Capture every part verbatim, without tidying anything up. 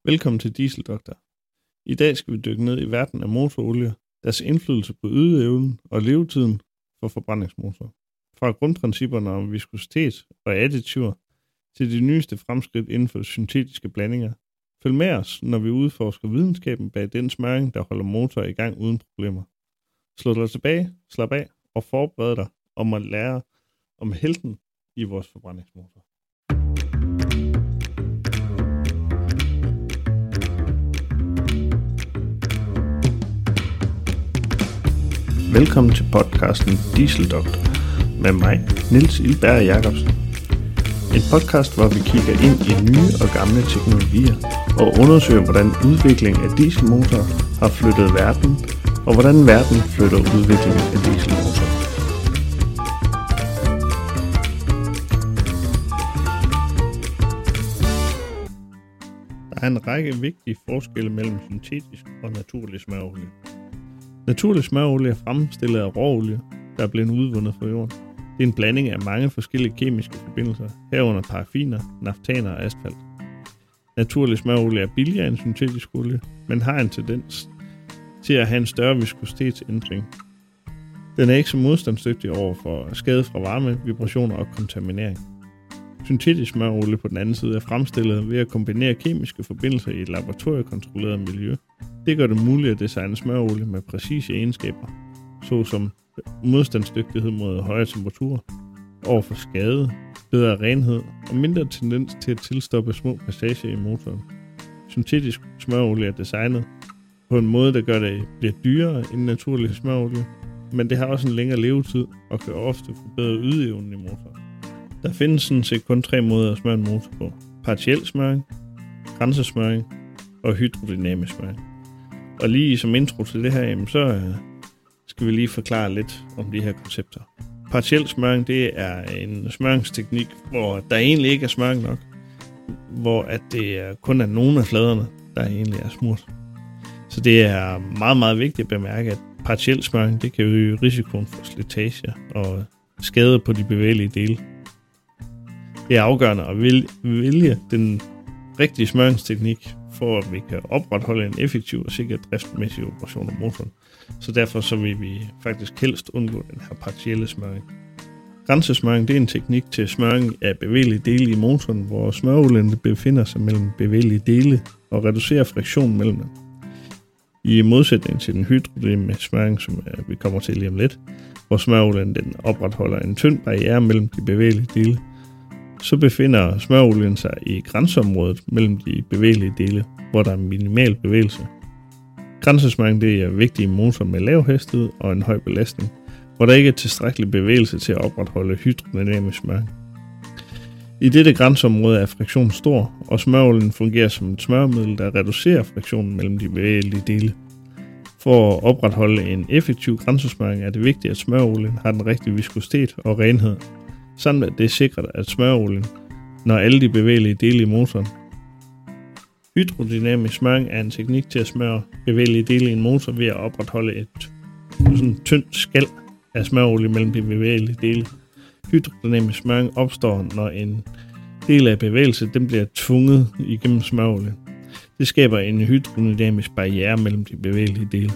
Velkommen til Dieseldoktor. I dag skal vi dykke ned i verden af motorolie, deres indflydelse på ydeevnen og levetiden for forbrændingsmotorer. Fra grundprincipperne om viskositet og additiver til de nyeste fremskridt inden for syntetiske blandinger. Følg med os, når vi udforsker videnskaben bag den smøring, der holder motorer i gang uden problemer. Slå dig tilbage, slap af og forbered dig om at lære om helten i vores forbrændingsmotor. Velkommen til podcasten Dieseldoktor med mig, Niels Ilberg Jacobsen. En podcast, hvor vi kigger ind i nye og gamle teknologier og undersøger, hvordan udviklingen af dieselmotorer har flyttet verden, og hvordan verden flytter udviklingen af dieselmotorer. Der er en række vigtige forskelle mellem syntetisk og naturlig smøreolie. Naturlig smøreolie er fremstillet af råolie, der er blevet udvundet fra jorden. Det er en blanding af mange forskellige kemiske forbindelser, herunder paraffiner, naftaner og asfalt. Naturlig smøreolie er billigere end syntetisk olie, men har en tendens til at have en større viskositetsændring. Den er ikke så modstandsdygtig over for skade fra varme, vibrationer og kontaminering. Syntetisk smøreolie på den anden side er fremstillet ved at kombinere kemiske forbindelser i et laboratoriekontrolleret miljø. Det gør det muligt at designe smøreolie med præcise egenskaber, såsom modstandsdygtighed mod højere temperaturer, overfor skade, bedre renhed og mindre tendens til at tilstoppe små passager i motoren. Syntetisk smøreolie er designet på en måde, der gør det bliver dyrere end naturlig smøreolie, men det har også en længere levetid og kan ofte forbedre ydeevnen i motoren. Der findes sådan set kun tre måder at smøre en motor på: partiel smøring, grænsesmøring og hydrodynamisk smøring. Og lige som intro til det her, jamen, så skal vi lige forklare lidt om de her koncepter. Partiel smøring, det er en smøringsteknik, hvor der egentlig ikke er smøring nok, hvor at det er kun er nogle af fladerne, der egentlig er smurt. Så det er meget, meget vigtigt at bemærke, at partiel smøring, det kan øge risikoen for slitage og skade på de bevægelige dele. Det er afgørende at vælge den rigtige smøringsteknik, for at vi kan opretholde en effektiv og sikker driftsmæssig operation af motoren. Så derfor så vil vi faktisk helst undgå den her partielle smøring. Grænsesmøring, det er en teknik til smøring af bevægelige dele i motoren, hvor smøreolien befinder sig mellem bevægelige dele og reducerer friktion mellem dem. I modsætning til den hydrodynamiske smøring, som vi kommer til lige om lidt, hvor smøreolien den opretholder en tynd barriere mellem de bevægelige dele, så befinder smøreolien sig i grænseområdet mellem de bevægelige dele, hvor der er minimal bevægelse. Grænsesmøring, det er vigtigt i motorer med lav hastighed og en høj belastning, hvor der ikke er tilstrækkelig bevægelse til at opretholde hydrodynamisk smøring. I dette grænseområde er friktion stor, og smøreolien fungerer som et smøremiddel, der reducerer friktionen mellem de bevægelige dele. For at opretholde en effektiv grænsesmøring er det vigtigt, at smøreolien har den rigtige viskositet og renhed, samt at det er sikret, at smøreolien når alle de bevægelige dele i motoren. Hydrodynamisk smøring er en teknik til at smøre bevægelige dele i en motor ved at opretholde et sådan tyndt skal af smøreolie mellem de bevægelige dele. Hydrodynamisk smøring opstår, når en del af bevægelse den bliver tvunget igennem smøreolie. Det skaber en hydrodynamisk barriere mellem de bevægelige dele.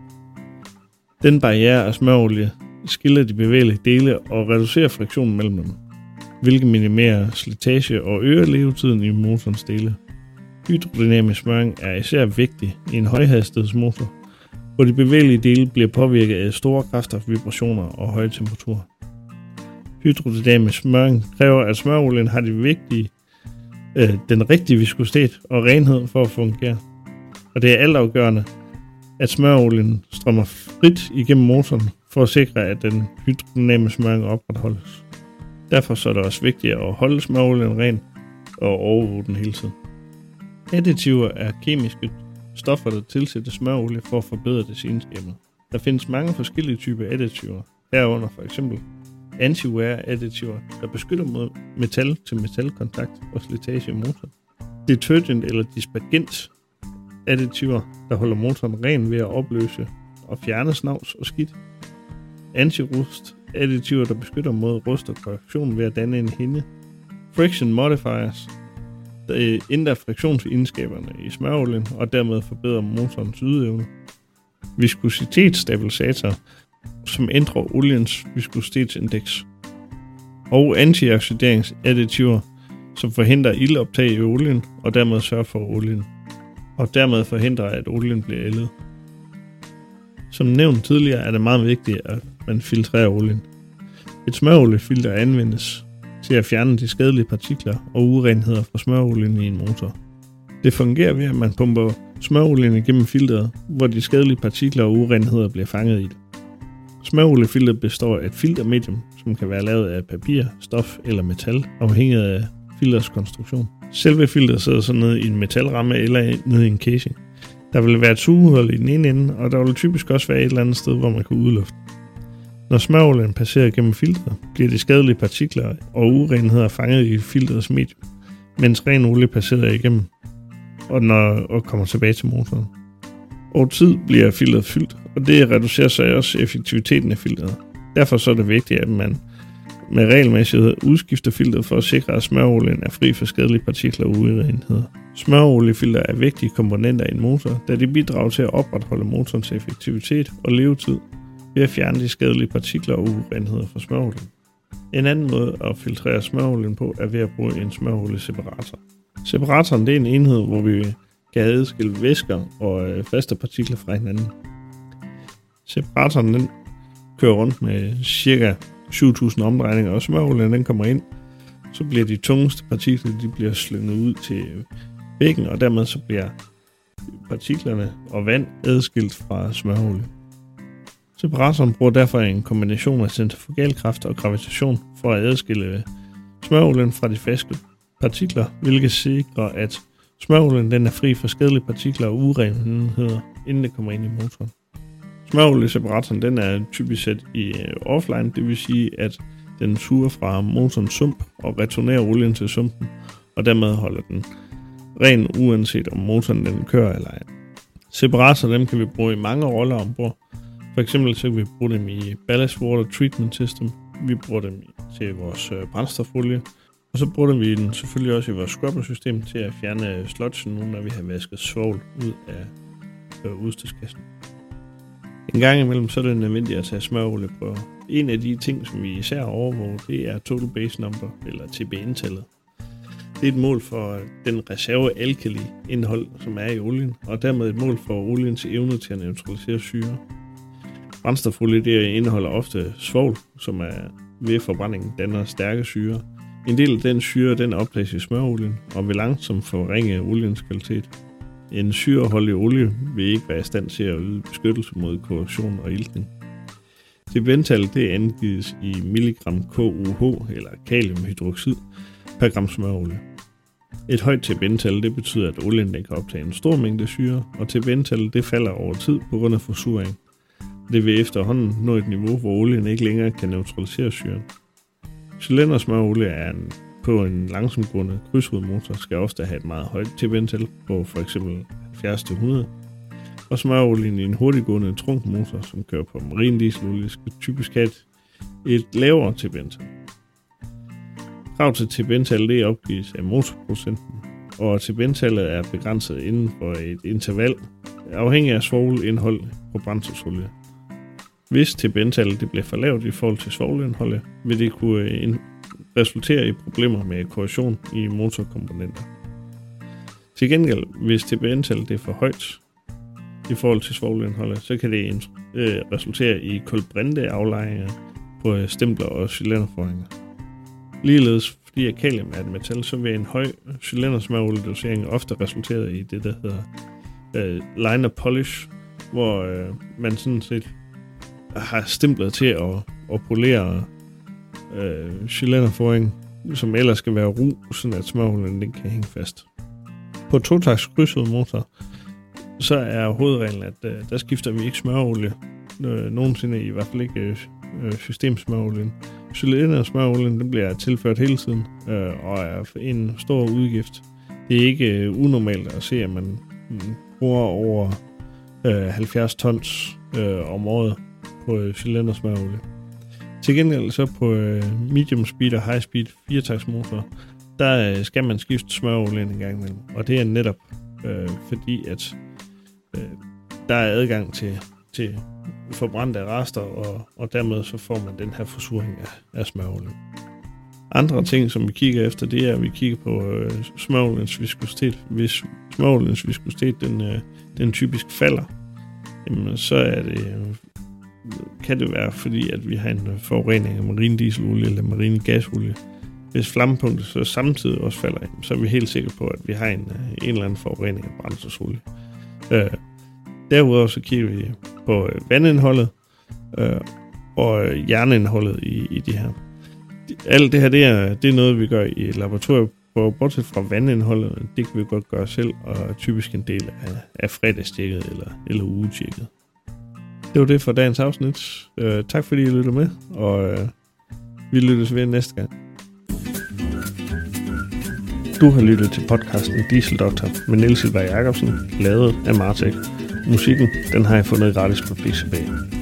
Den barriere af smøreolie skiller de bevægelige dele og reducerer friktionen mellem dem, hvilket minimerer slitage og øger levetiden i motorens dele. Hydrodynamisk smøring er især vigtig i en højhastighedsmotor, hvor de bevægelige dele bliver påvirket af store kræfter, vibrationer og høje temperaturer. Hydrodynamisk smøring kræver, at smøreolien har de vigtige, øh, den rigtige viskositet og renhed for at fungere. Og det er altafgørende, at smøreolien strømmer frit igennem motoren, for at sikre, at den hydrodynamiske smøring opretholdes. Derfor så er det også vigtigt at holde smøreolien ren og overvåge den hele tiden. Additiver er kemiske stoffer, der tilsætter smøreolie for at forbedre dets egenskaber. Der findes mange forskellige typer additiver, herunder for eksempel anti-wear additiver, der beskytter mod metal til metalkontakt og slitage i motoren. Detergent eller dispergent additiver, der holder motoren ren ved at opløse og fjerne snavs og skidt. Anti-rust additiver, der beskytter mod rust og korrektion ved at danne en hinde. Friction modifiers, øh, ændrer friktionsegenskaberne i smøreolien og dermed forbedrer motorens ydeevne. Viskositetsstabilisator, som ændrer oliens viskositetsindeks. Og antioxideringsadditiver, som forhindrer ildoptag i olien og dermed sørger for olien. Og dermed forhindrer, at olien bliver ældet. Som nævnt tidligere er det meget vigtigt, at man filtrerer olien. Et smøreoliefilter anvendes til at fjerne de skadelige partikler og urenheder fra smøreolien i en motor. Det fungerer ved, at man pumper smøreolien igennem filteret, hvor de skadelige partikler og urenheder bliver fanget i det. Smøreoliefilteret består af et filtermedium, som kan være lavet af papir, stof eller metal, afhængig af filterets konstruktion. Selve filteret sidder så nede i en metalramme eller nede i en casing. Der vil være et sugehul i den ene ende, og der vil typisk også være et eller andet sted, hvor man kan udlufte. Når smøreolien passerer gennem filteret, bliver de skadelige partikler og urenheder fanget i filterets medium, mens ren olie passerer igennem og, når, og kommer tilbage til motoren. Over tid bliver filteret fyldt, og det reducerer så også effektiviteten af filteret. Derfor så er det vigtigt, at man med regelmæssighed udskifter filteret for at sikre, at smøreolien er fri for skadelige partikler og urenheder. Smøreoliefilter er vigtige komponenter i en motor, da de bidrager til at opretholde motorens effektivitet og levetid ved at fjerne de skadelige partikler og urenheder fra smøreolien. En anden måde at filtrere smøreolien på er ved at bruge en smøreolieseparator. Separatoren det er en enhed, hvor vi kan adskille væsker og faste partikler fra hinanden. Separatoren den kører rundt med ca. syv tusind omdrejninger, og smøreolien den kommer ind, så bliver de tungeste partikler de bliver slynget ud til bækken, og dermed så bliver partiklerne og vand adskilt fra smøreolien. Separatoren bruger derfor en kombination af centrifugalkraft og gravitation for at adskille smøreolien fra de faste partikler, hvilket sikrer, at smøreolien den er fri for skadelige partikler og urenheder, inden det kommer ind i motoren. Smøreolieseparatoren den er typisk set i offline, det vil sige, at den suger fra motorens sump og returnerer olien til sumpen, og dermed holder den ren, uanset om motoren den kører eller ej. Separatorer dem kan vi bruge i mange roller ombord. For eksempel så kan vi bruge dem i Ballast Water Treatment System, vi bruger dem til vores brændstofolie, og så bruger vi den selvfølgelig også i vores scrubber-system til at fjerne sludgen, nu når vi har vasket svovl ud af øh, udstødskassen. En gang imellem så er det nødvendigt at tage smøreolieprøver. En af de ting, som vi især overvåger, det er Total Base Number, eller T B N-tallet. Det er et mål for den reserve alkali-indhold, som er i olien, og dermed et mål for oliens evne til at neutralisere syre. Brændstofolie det indeholder ofte svovl, som er ved forbrændingen danner stærke syre. En del af den syre den optages i smøreolien, og vil langsomt forringe oliens kvalitet. En syreholdig olie vil ikke være i stand til at yde beskyttelse mod korrosion og iltning. T B N-tallet det angives i milligram K O H eller kaliumhydroxid per gram smøreolie. Et højt T B N-tal det betyder, at olien den kan optage en stor mængde syre, og T B N-tallet det falder over tid på grund af forsuring. Det vil efterhånden nå et niveau, hvor olien ikke længere kan neutralisere syren. Cylindersmøreolie er en, på en langsomtgående krydsrudmotor skal ofte have et meget højt T B N-tal på for eksempel halvfjerds til hundrede. Og smøreolien i en hurtiggående trunkmotor, som kører på marin dieselolie, skal typisk have et, et lavere T B N-tal. Krav til T B N-tallet det opgives af motorproducenten, og T B N-tallet er begrænset inden for et interval, afhængig af svovlindhold på brændstofsolie. Hvis T B N-tallet det bliver for lavt i forhold til svovlindholdet, vil det kunne resultere i problemer med korrosion i motorkomponenter. Til gengæld, hvis T B N-tallet det er for højt i forhold til svovlindholdet, så kan det øh, resultere i kulbrinte aflejringer på stempler og cylinderforinger. Ligeledes, fordi at kalium er et metal, så vil en høj cylindersmøreoliedosering ofte resultere i det, der hedder øh, liner polish, hvor øh, man sådan set har stemplet til at, at polere øh, cylinderforing, som ellers skal være ru, sådan at smøreolien den kan hænge fast. På totaks krydsrudmotor, så er hovedreglen, at øh, der skifter vi ikke smøreolie øh, nogensinde, i hvert fald ikke øh, systemsmøreolien. Cylindersmøreolien den bliver tilført hele tiden øh, og er en stor udgift. Det er ikke øh, unormalt at se, at man mm, bruger over øh, halvfjerds tons øh, om året på øh, cylindersmøreolie. Til gengæld så på øh, medium speed og high speed firetaktsmotor, der skal man skifte smørolien en gang imellem. Og det er netop øh, fordi, at øh, der er adgang til, til forbrændte rester, og, og dermed så får man den her forsuring af, af smørolien. Andre ting, som vi kigger efter, det er, at vi kigger på øh, smøroliens viskositet. Hvis smøroliens viskositet, den, øh, den typisk falder, jamen, så er det, øh, kan det være, fordi at vi har en forurening af marin dieselolie eller marin gasolie. Hvis flammepunktet så samtidig også falder, så er vi helt sikre på, at vi har en, en eller anden forurening af brændstofsolie. Øh, derudover så kigger vi på øh, vandindholdet øh, og øh, jernindholdet i, i de her. Alt det her, det er, det er noget, vi gør i et laboratorium, bortset fra vandindholdet. Det kan vi godt gøre selv, og er typisk en del af, af fredagstjekket eller, eller ugetjekket. Det var det for dagens afsnit. Øh, tak fordi I lyttede med, og øh, vi lyttes ved næste gang. Du har lyttet til podcasten Diesel Doctor med Niels Silberg Jacobsen, lavet af Martek. Musikken, den har jeg fundet gratis på P C B.